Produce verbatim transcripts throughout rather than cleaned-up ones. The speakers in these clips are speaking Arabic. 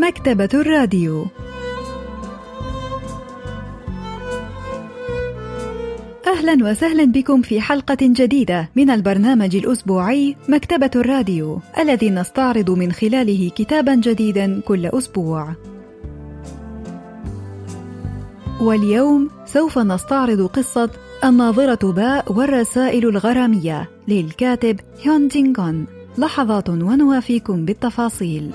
مكتبة الراديو. أهلا وسهلا بكم في حلقة جديدة من البرنامج الأسبوعي مكتبة الراديو، الذي نستعرض من خلاله كتابا جديدا كل أسبوع. واليوم سوف نستعرض قصة الناظرة باء والرسائل الغرامية للكاتب هيون جين غون. لحظات ونوافيكم بالتفاصيل.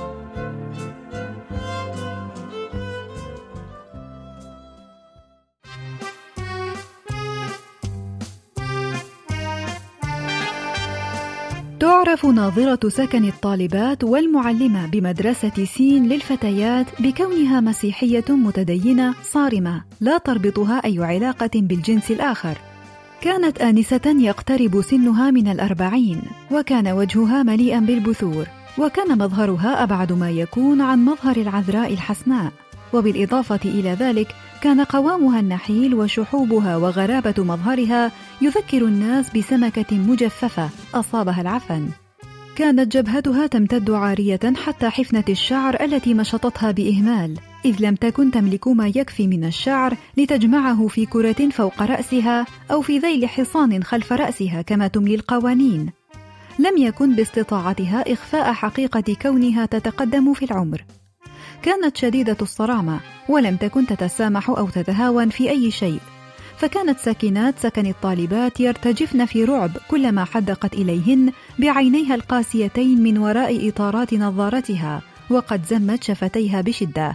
تعرف ناظرة سكن الطالبات والمعلمة بمدرسة سين للفتيات بكونها مسيحية متدينة صارمة لا تربطها أي علاقة بالجنس الآخر. كانت آنسة يقترب سنها من الأربعين، وكان وجهها مليئا بالبثور، وكان مظهرها أبعد ما يكون عن مظهر العذراء الحسناء. وبالإضافة إلى ذلك كان قوامها النحيل وشحوبها وغرابة مظهرها يذكر الناس بسمكة مجففة أصابها العفن. كانت جبهتها تمتد عارية حتى حفنة الشعر التي مشطتها بإهمال، إذ لم تكن تملك ما يكفي من الشعر لتجمعه في كرة فوق رأسها أو في ذيل حصان خلف رأسها كما تملي القوانين. لم يكن باستطاعتها إخفاء حقيقة كونها تتقدم في العمر. كانت شديدة الصرامة، ولم تكن تتسامح أو تتهاون في أي شيء، فكانت ساكنات سكن الطالبات يرتجفن في رعب كلما حدقت إليهن بعينيها القاسيتين من وراء إطارات نظارتها، وقد زمت شفتيها بشدة.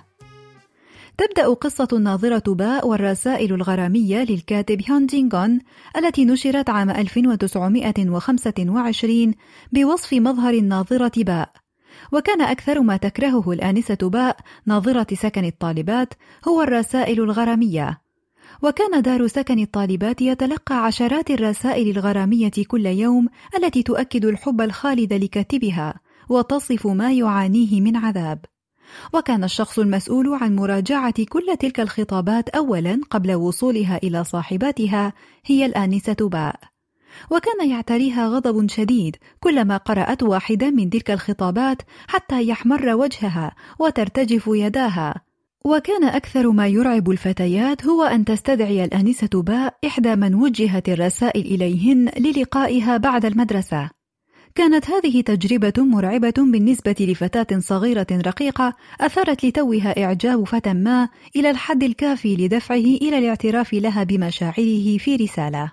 تبدأ قصة الناظرة باء والرسائل الغرامية للكاتب هيون جين غون التي نشرت عام ألف وتسعمائة وخمسة وعشرين بوصف مظهر الناظرة باء. وكان أكثر ما تكرهه الآنسة باء ناظرة سكن الطالبات هو الرسائل الغرامية. وكان دار سكن الطالبات يتلقى عشرات الرسائل الغرامية كل يوم التي تؤكد الحب الخالد لكاتبها وتصف ما يعانيه من عذاب. وكان الشخص المسؤول عن مراجعة كل تلك الخطابات أولا قبل وصولها إلى صاحباتها هي الآنسة باء. وكان يعتريها غضب شديد كلما قرأت واحدة من تلك الخطابات حتى يحمر وجهها وترتجف يداها. وكان أكثر ما يرعب الفتيات هو أن تستدعي الآنسة باء إحدى من وجهت الرسائل إليهن للقائها بعد المدرسة. كانت هذه تجربة مرعبة بالنسبة لفتاة صغيرة رقيقة أثارت لتوها إعجاب فتى ما إلى الحد الكافي لدفعه إلى الاعتراف لها بمشاعره في رسالة.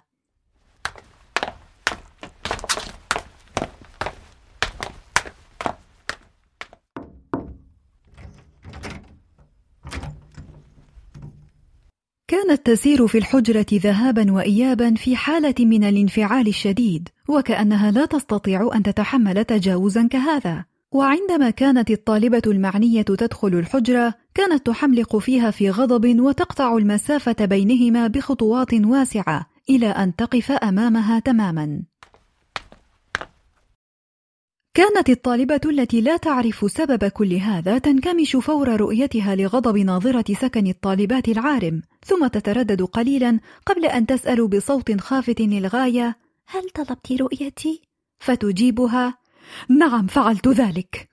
كانت تسير في الحجرة ذهابا وإيابا في حالة من الانفعال الشديد، وكأنها لا تستطيع أن تتحمل تجاوزا كهذا. وعندما كانت الطالبة المعنية تدخل الحجرة كانت تحملق فيها في غضب وتقطع المسافة بينهما بخطوات واسعة إلى أن تقف أمامها تماما. كانت الطالبة التي لا تعرف سبب كل هذا تنكمش فور رؤيتها لغضب ناظرة سكن الطالبات العارم، ثم تتردد قليلا قبل أن تسأل بصوت خافت للغاية: هل طلبت رؤيتي؟ فتجيبها: نعم فعلت ذلك.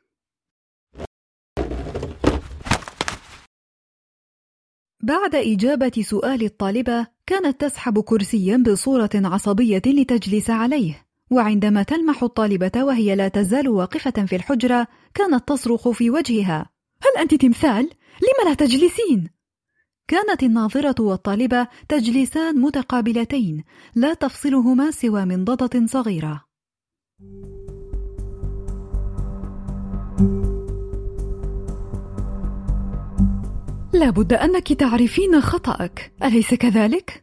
بعد إجابة سؤال الطالبة كانت تسحب كرسيا بصورة عصبية لتجلس عليه، وعندما تلمح الطالبة وهي لا تزال واقفة في الحجرة كانت تصرخ في وجهها: هل أنت تمثال؟ لم لا تجلسين؟ كانت الناظرة والطالبة تجلسان متقابلتين لا تفصلهما سوى منضدة صغيرة. لابد أنك تعرفين خطأك، أليس كذلك؟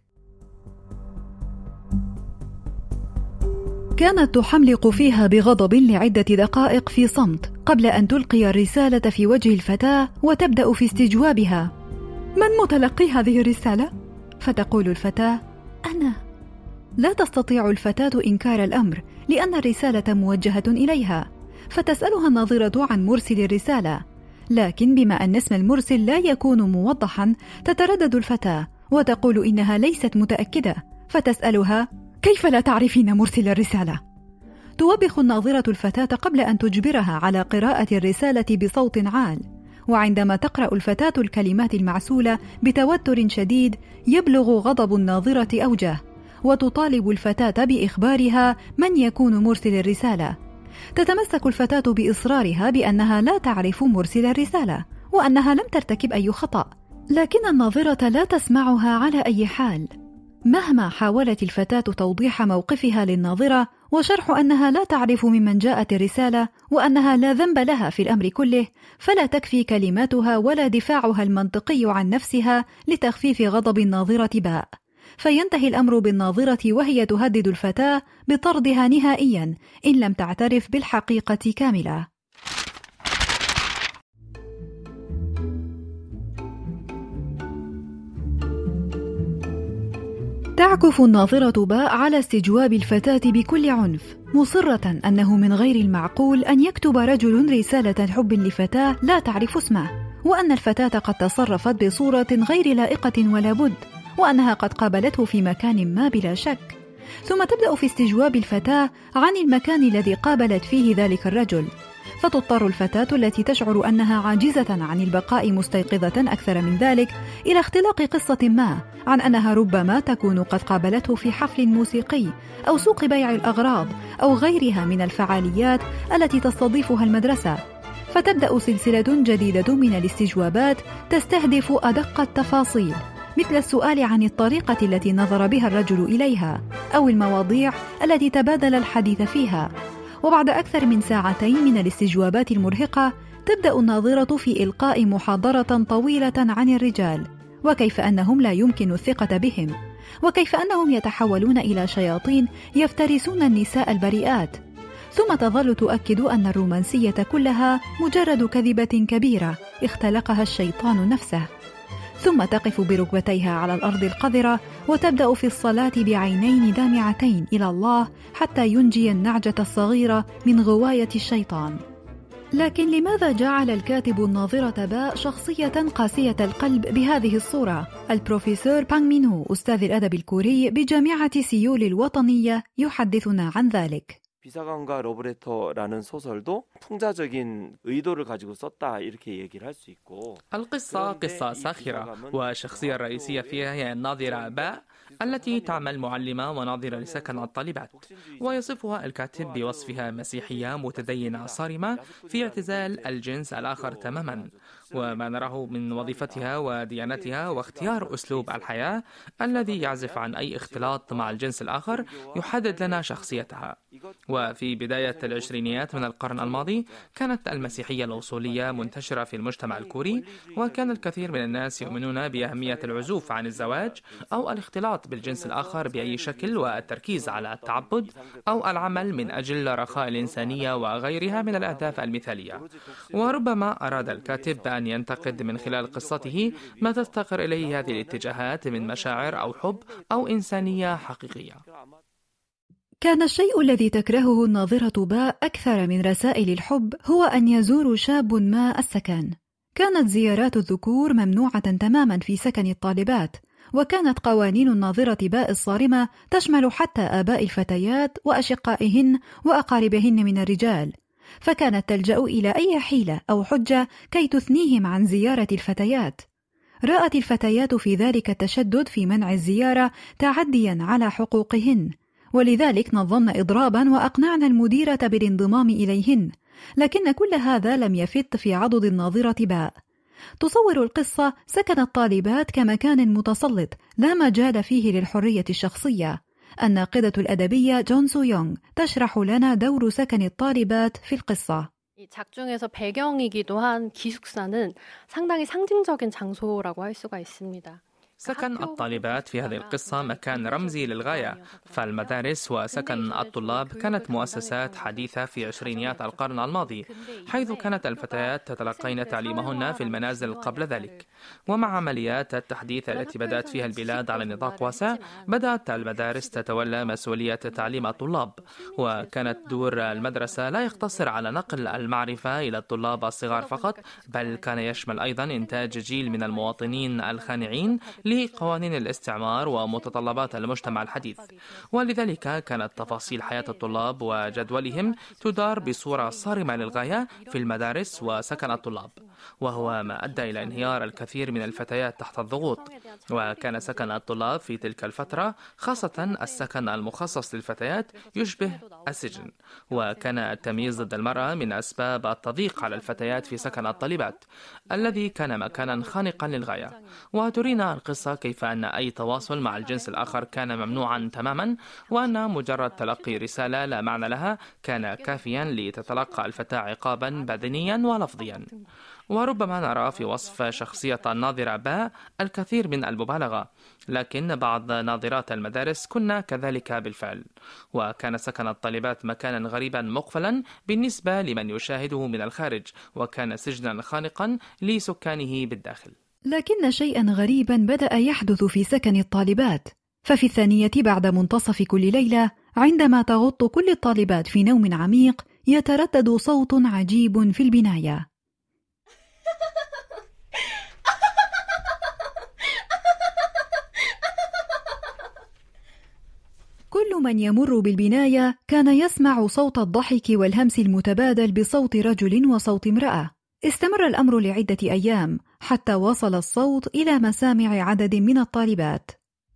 كانت تحملق فيها بغضب لعدة دقائق في صمت قبل أن تلقي الرسالة في وجه الفتاة وتبدأ في استجوابها: من متلقي هذه الرسالة؟ فتقول الفتاة: أنا. لا تستطيع الفتاة إنكار الأمر لأن الرسالة موجهة إليها، فتسألها الناظرة عن مرسل الرسالة، لكن بما أن اسم المرسل لا يكون موضحا تتردد الفتاة وتقول إنها ليست متأكدة، فتسألها: كيف لا تعرفين مرسل الرسالة؟ توبخ الناظرة الفتاة قبل أن تجبرها على قراءة الرسالة بصوت عال، وعندما تقرأ الفتاة الكلمات المعسولة بتوتر شديد يبلغ غضب الناظرة أوجه، وتطالب الفتاة بإخبارها من يكون مرسل الرسالة. تتمسك الفتاة بإصرارها بأنها لا تعرف مرسل الرسالة وأنها لم ترتكب أي خطأ، لكن الناظرة لا تسمعها على أي حال. مهما حاولت الفتاة توضيح موقفها للناظرة وشرح أنها لا تعرف ممن جاءت الرسالة وأنها لا ذنب لها في الأمر كله، فلا تكفي كلماتها ولا دفاعها المنطقي عن نفسها لتخفيف غضب الناظرة باء، فينتهي الأمر بالناظرة وهي تهدد الفتاة بطردها نهائيا إن لم تعترف بالحقيقة كاملة. تعكف الناظرة باء على استجواب الفتاة بكل عنف، مصرة أنه من غير المعقول أن يكتب رجل رسالة حب لفتاة لا تعرف اسمه، وأن الفتاة قد تصرفت بصورة غير لائقة ولا بد، وأنها قد قابلته في مكان ما بلا شك. ثم تبدأ في استجواب الفتاة عن المكان الذي قابلت فيه ذلك الرجل، فتضطر الفتاة التي تشعر أنها عاجزة عن البقاء مستيقظة أكثر من ذلك إلى اختلاق قصة ما عن أنها ربما تكون قد قابلته في حفل موسيقي أو سوق بيع الأغراض أو غيرها من الفعاليات التي تستضيفها المدرسة. فتبدأ سلسلة جديدة من الاستجوابات تستهدف أدق التفاصيل، مثل السؤال عن الطريقة التي نظر بها الرجل إليها أو المواضيع التي تبادل الحديث فيها. وبعد أكثر من ساعتين من الاستجوابات المرهقة تبدأ الناظرة في إلقاء محاضرة طويلة عن الرجال، وكيف أنهم لا يمكن الثقة بهم، وكيف أنهم يتحولون إلى شياطين يفترسون النساء البريئات. ثم تظل تؤكد أن الرومانسية كلها مجرد كذبة كبيرة اختلقها الشيطان نفسه. ثم تقف بركبتيها على الأرض القذرة وتبدأ في الصلاة بعينين دامعتين إلى الله حتى ينجي النعجة الصغيرة من غواية الشيطان. لكن لماذا جعل الكاتب الناظرة باء شخصية قاسية القلب بهذه الصورة؟ البروفيسور بانغ مين هو أستاذ الأدب الكوري بجامعة سيول الوطنية يحدثنا عن ذلك. 비사관과 러브레터라는 소설도 풍자적인 의도를 가지고 썼다 이렇게 얘기를 할 수 있고 القصة قصة ساخرة والشخصية الرئيسية فيها هي الناظرة باء التي تعمل معلمة وناظرة لسكن الطالبات، ويصفها الكاتب بوصفها مسيحية متدينة صارمة في اعتزال الجنس الآخر تماما. وما نراه من وظيفتها وديانتها واختيار أسلوب الحياة الذي يعزف عن أي اختلاط مع الجنس الآخر يحدد لنا شخصيتها. وفي بداية العشرينيات من القرن الماضي كانت المسيحية الأصولية منتشرة في المجتمع الكوري، وكان الكثير من الناس يؤمنون بأهمية العزوف عن الزواج أو الاختلاط بالجنس الآخر بأي شكل، والتركيز على التعبد أو العمل من أجل رخاء الإنسانية وغيرها من الأهداف المثالية. وربما أراد الكاتب أن ينتقد من خلال قصته ما تفتقر إليه هذه الاتجاهات من مشاعر أو حب أو إنسانية حقيقية. كان الشيء الذي تكرهه الناظرة باء أكثر من رسائل الحب هو أن يزور شاب ما السكن. كانت زيارات الذكور ممنوعة تماما في سكن الطالبات، وكانت قوانين الناظرة باء الصارمة تشمل حتى آباء الفتيات وأشقائهن وأقاربهن من الرجال، فكانت تلجأ إلى أي حيلة أو حجة كي تثنيهم عن زيارة الفتيات. رأت الفتيات في ذلك التشدد في منع الزيارة تعديا على حقوقهن، ولذلك نظمن إضرابا وأقنعن المديرة بالانضمام إليهن، لكن كل هذا لم يفت في عضد الناظرة باء. تصور القصة سكن الطالبات كمكان متسلط لا مجال فيه للحرية الشخصية. الناقدة الأدبية جون سو يونغ تشرح لنا دور سكن الطالبات في القصة. 작중에서 배경이기도 한 기숙사는 상당히 상징적인 장소라고 할 수가 있습니다. سكن الطالبات في هذه القصة مكان رمزي للغاية، فالمدارس وسكن الطلاب كانت مؤسسات حديثة في عشرينيات القرن الماضي، حيث كانت الفتيات تتلقين تعليمهن في المنازل قبل ذلك. ومع عمليات التحديث التي بدأت فيها البلاد على نطاق واسع، بدأت المدارس تتولى مسؤولية تعليم الطلاب، وكانت دور المدرسة لا يقتصر على نقل المعرفة إلى الطلاب الصغار فقط، بل كان يشمل أيضا إنتاج جيل من المواطنين الخانعين لقوانين الاستعمار ومتطلبات المجتمع الحديث. ولذلك كانت تفاصيل حياة الطلاب وجدولهم تدار بصورة صارمة للغاية في المدارس وسكن الطلاب. وهو ما أدى إلى انهيار الكثير من الفتيات تحت الضغوط. وكان سكن الطلاب في تلك الفترة، خاصة السكن المخصص للفتيات، يشبه السجن. وكان التمييز ضد المرأة من أسباب التضييق على الفتيات في سكن الطالبات، الذي كان مكانا خانقا للغاية. وترينا القصة كيف أن أي تواصل مع الجنس الآخر كان ممنوعا تماما، وأن مجرد تلقي رسالة لا معنى لها كان كافيا لتتلقى الفتاة عقابا بدنيا ولفظيا. وربما نرى في وصف شخصية الناظرة باء الكثير من المبالغة، لكن بعض ناظرات المدارس كنا كذلك بالفعل. وكان سكن الطالبات مكانا غريبا مقفلا بالنسبة لمن يشاهده من الخارج، وكان سجنا خانقا لسكانه بالداخل. لكن شيئا غريبا بدأ يحدث في سكن الطالبات. ففي الثانية بعد منتصف كل ليلة، عندما تغط كل الطالبات في نوم عميق، يتردد صوت عجيب في البناية. كل من يمر بالبناية كان يسمع صوت الضحك والهمس المتبادل بصوت رجل وصوت امرأة. استمر الأمر لعدة أيام حتى وصل الصوت إلى مسامع عدد من الطالبات.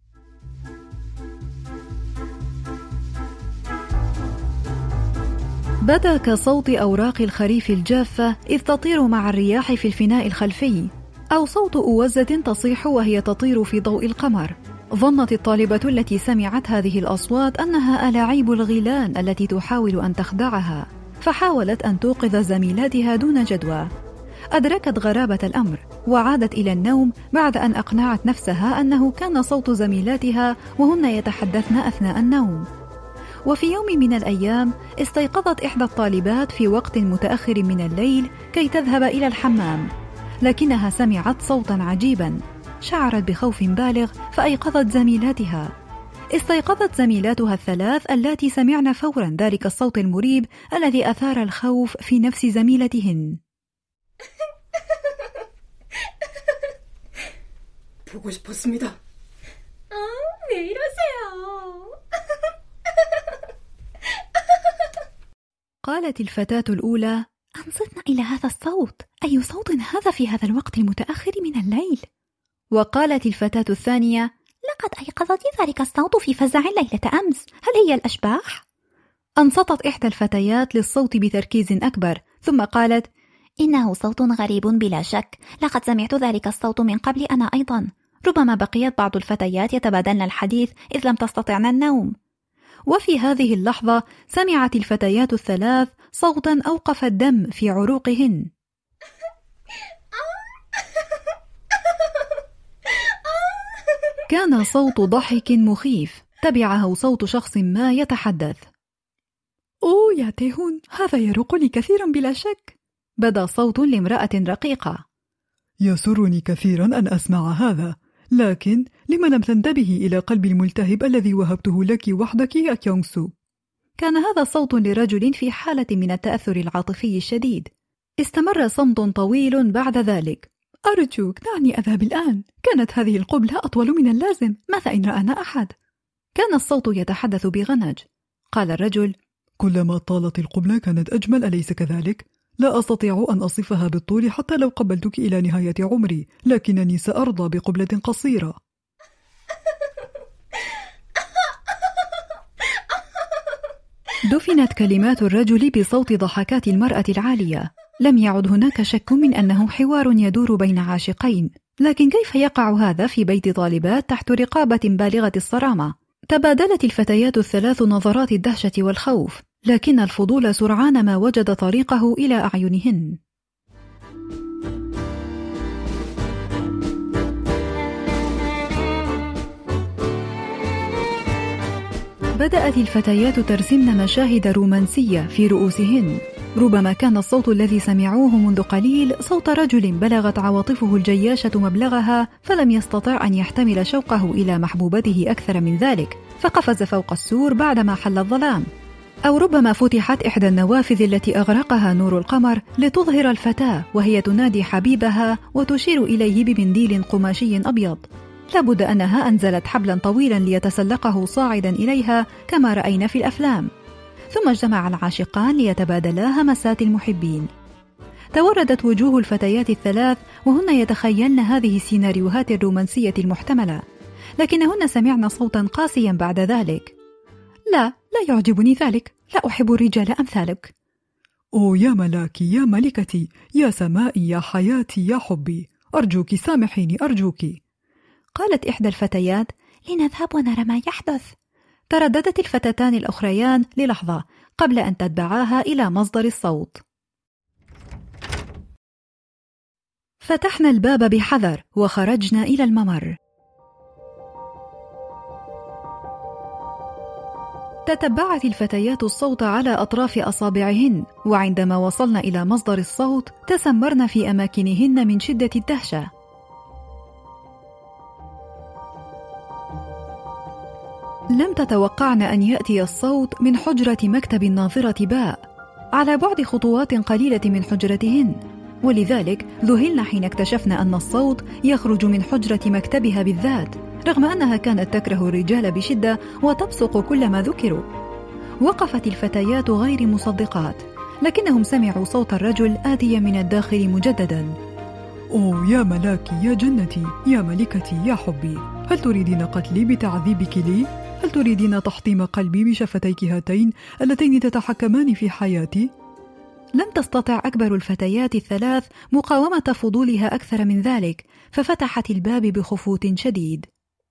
بدا كصوت أوراق الخريف الجافة إذ تطير مع الرياح في الفناء الخلفي، أو صوت أوزة تصيح وهي تطير في ضوء القمر. ظنت الطالبة التي سمعت هذه الأصوات أنها ألاعيب الغيلان التي تحاول أن تخدعها، فحاولت أن توقظ زميلاتها دون جدوى. أدركت غرابة الأمر وعادت إلى النوم بعد أن أقنعت نفسها أنه كان صوت زميلاتها وهن يتحدثن أثناء النوم. وفي يوم من الأيام استيقظت إحدى الطالبات في وقت متأخر من الليل كي تذهب إلى الحمام، لكنها سمعت صوتا عجيبا. شعرت بخوف بالغ فأيقظت زميلاتها. استيقظت زميلاتها الثلاث اللاتي سمعن فورا ذلك الصوت المريب الذي أثار الخوف في نفس زميلتهن. 보고 싶었습니다. 아, 왜 이러세요? قالت الفتاة الأولى: أنصتنا إلى هذا الصوت، أي صوت هذا في هذا الوقت المتأخر من الليل؟ وقالت الفتاة الثانية: لقد أيقظتني ذلك الصوت في فزع ليلة أمس، هل هي الأشباح؟ أنصتت إحدى الفتيات للصوت بتركيز أكبر، ثم قالت: إنه صوت غريب بلا شك، لقد سمعت ذلك الصوت من قبل أنا أيضا. ربما بقيت بعض الفتيات يتبادلن الحديث إذ لم تستطعن النوم. وفي هذه اللحظة سمعت الفتيات الثلاث صوتا أوقف الدم في عروقهن. كان صوت ضحك مخيف تبعه صوت شخص ما يتحدث. أوه يا تيهون، هذا يروقني كثيرا بلا شك. بدا صوت لامرأة رقيقة. يسرني كثيرا أن أسمع هذا، لكن لما لم تنتبهي إلى قلبي الملتهب الذي وهبته لك وحدك يا كيونغ سو؟ كان هذا صوت لرجل في حالة من التأثر العاطفي الشديد. استمر صمت طويل بعد ذلك. أرجوك دعني أذهب الآن، كانت هذه القبلة أطول من اللازم، ماذا إن رأنا أحد؟ كان الصوت يتحدث بغنج. قال الرجل: كلما طالت القبلة كانت أجمل، أليس كذلك؟ لا أستطيع أن أصفها بالطول حتى لو قبلتك إلى نهاية عمري، لكنني سأرضى بقبلة قصيرة. دفنت كلمات الرجل بصوت ضحكات المرأة العالية. لم يعد هناك شك من أنه حوار يدور بين عاشقين، لكن كيف يقع هذا في بيت طالبات تحت رقابة بالغة الصرامة؟ تبادلت الفتيات الثلاث نظرات الدهشة والخوف، لكن الفضول سرعان ما وجد طريقه إلى أعينهن. بدأت الفتيات ترسمن مشاهد رومانسية في رؤوسهن. ربما كان الصوت الذي سمعوه منذ قليل صوت رجل بلغت عواطفه الجياشة مبلغها، فلم يستطع أن يحتمل شوقه إلى محبوبته أكثر من ذلك، فقفز فوق السور بعدما حل الظلام. أو ربما فتحت إحدى النوافذ التي أغرقها نور القمر لتظهر الفتاة وهي تنادي حبيبها وتشير إليه بمنديل قماشي أبيض. لابد أنها أنزلت حبلا طويلا ليتسلقه صاعدا إليها كما رأينا في الأفلام. ثم اجتمع العاشقان ليتبادلا همسات المحبين. توردت وجوه الفتيات الثلاث وهن يتخيلن هذه السيناريوهات الرومانسية المحتملة، لكنهن سمعن صوتا قاسيا بعد ذلك: لا، لا يعجبني ذلك، لا أحب الرجال أمثالك. أوه يا ملاكي، يا ملكتي، يا سمائي، يا حياتي، يا حبي، أرجوك سامحيني، أرجوك. قالت إحدى الفتيات: لنذهب ونرى ما يحدث. ترددت الفتاتان الأخريان للحظة قبل أن تتبعاها إلى مصدر الصوت. فتحنا الباب بحذر وخرجنا إلى الممر. تتبعت الفتيات الصوت على أطراف أصابعهن، وعندما وصلنا إلى مصدر الصوت تسمرن في أماكنهن من شدة الدهشة. لم تتوقعن أن يأتي الصوت من حجرة مكتب الناظرة باء على بعد خطوات قليلة من حجرتهن، ولذلك ذهلن حين اكتشفن أن الصوت يخرج من حجرة مكتبها بالذات، رغم أنها كانت تكره الرجال بشدة وتبصق كل ما ذكروا. وقفت الفتيات غير مصدقات، لكنهم سمعوا صوت الرجل آتيا من الداخل مجددا: أوه يا ملاكي، يا جنتي، يا ملكتي، يا حبي، هل تريدين قتلي بتعذيبك لي؟ هل تريدين تحطيم قلبي بشفتيك هاتين اللتين تتحكمان في حياتي؟ لم تستطع أكبر الفتيات الثلاث مقاومة فضولها أكثر من ذلك، ففتحت الباب بخفوت شديد.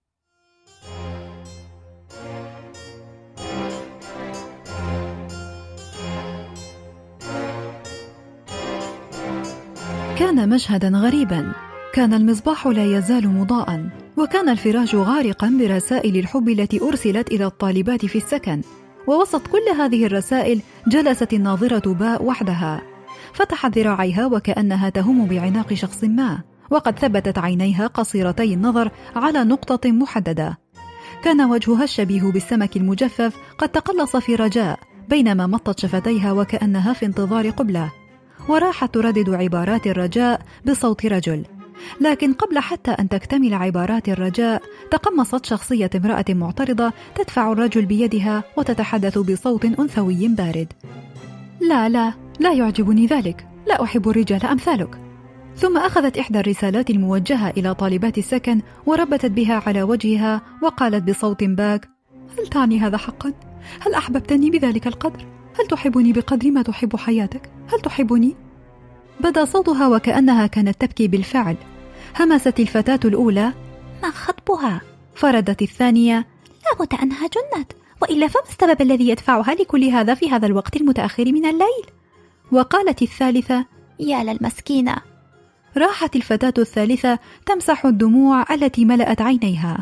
كان مشهدا غريبا. كان المصباح لا يزال مضاءًا، وكان الفراش غارقا برسائل الحب التي أرسلت إلى الطالبات في السكن. ووسط كل هذه الرسائل جلست الناظرة باء وحدها، فتحت ذراعيها وكأنها تهم بعناق شخص ما، وقد ثبتت عينيها قصيرتي النظر على نقطة محددة. كان وجهها الشبيه بالسمك المجفف قد تقلص في رجاء، بينما مطت شفتيها وكأنها في انتظار قبلة، وراحت تردد عبارات الرجاء بصوت رجل. لكن قبل حتى أن تكتمل عبارات الرجاء تقمصت شخصية امرأة معترضة تدفع الرجل بيدها وتتحدث بصوت أنثوي بارد: لا لا لا يعجبني ذلك، لا أحب الرجال أمثالك. ثم أخذت إحدى الرسالات الموجهة إلى طالبات السكن وربتت بها على وجهها وقالت بصوت باك: هل تعني هذا حقا؟ هل أحببتني بذلك القدر؟ هل تحبني بقدر ما تحب حياتك؟ هل تحبني؟ بدا صوتها وكأنها كانت تبكي بالفعل. همست الفتاة الأولى: ما خطبها؟ فردت الثانية: لابد أنها جنت، وإلا فما السبب الذي يدفعها لكل هذا في هذا الوقت المتأخر من الليل؟ وقالت الثالثة: يا للمسكينة. راحت الفتاة الثالثة تمسح الدموع التي ملأت عينيها.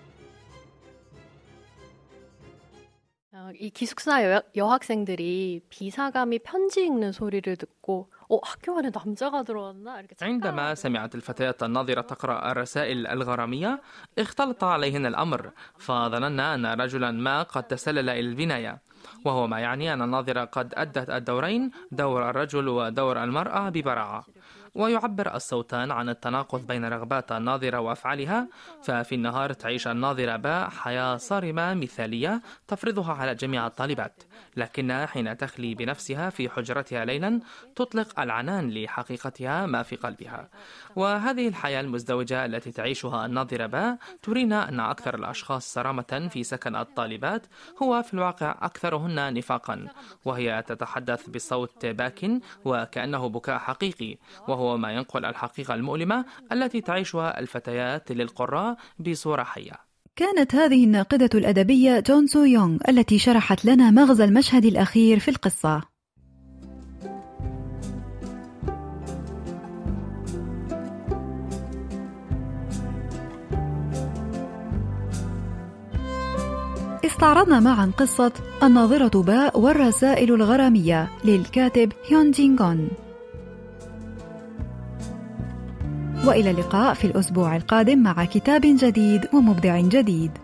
이 기숙사 여, 여학생들이 비사감이 편지 읽는 소리를 듣고 어, 학교 안에 남자가 들어왔나? 이렇게 عندما سمعت الفتيات الناظرة تقرأ الرسائل الغرامية اختلط عليهن الأمر، فظننا أن رجلا ما قد تسلل إلى البناية، وهو ما يعني أن الناظرة قد أدت الدورين، دور الرجل ودور المرأة، ببراعة. ويعبر الصوتان عن التناقض بين رغبات الناظرة وأفعالها. ففي النهار تعيش الناظرة باء حياة صارمة مثالية تفرضها على جميع الطالبات، لكنها حين تخلي بنفسها في حجرتها ليلا تطلق العنان لحقيقتها ما في قلبها. وهذه الحياة المزدوجة التي تعيشها الناظرة باء ترينا أن أكثر الأشخاص صرامة في سكن الطالبات هو في الواقع أكثرهن نفاقا، وهي تتحدث بصوت باكٍ وكأنه بكاء حقيقي، وهو ما ينقل الحقيقة المؤلمة التي تعيشها الفتيات للقراء بصورة حية. كانت هذه الناقدة الأدبية جون سو يونغ التي شرحت لنا مغزى المشهد الأخير في القصة. استعرضنا معا قصة الناظرة باء والرسائل الغرامية للكاتب هيون جين غون. وإلى اللقاء في الأسبوع القادم مع كتاب جديد ومبدع جديد.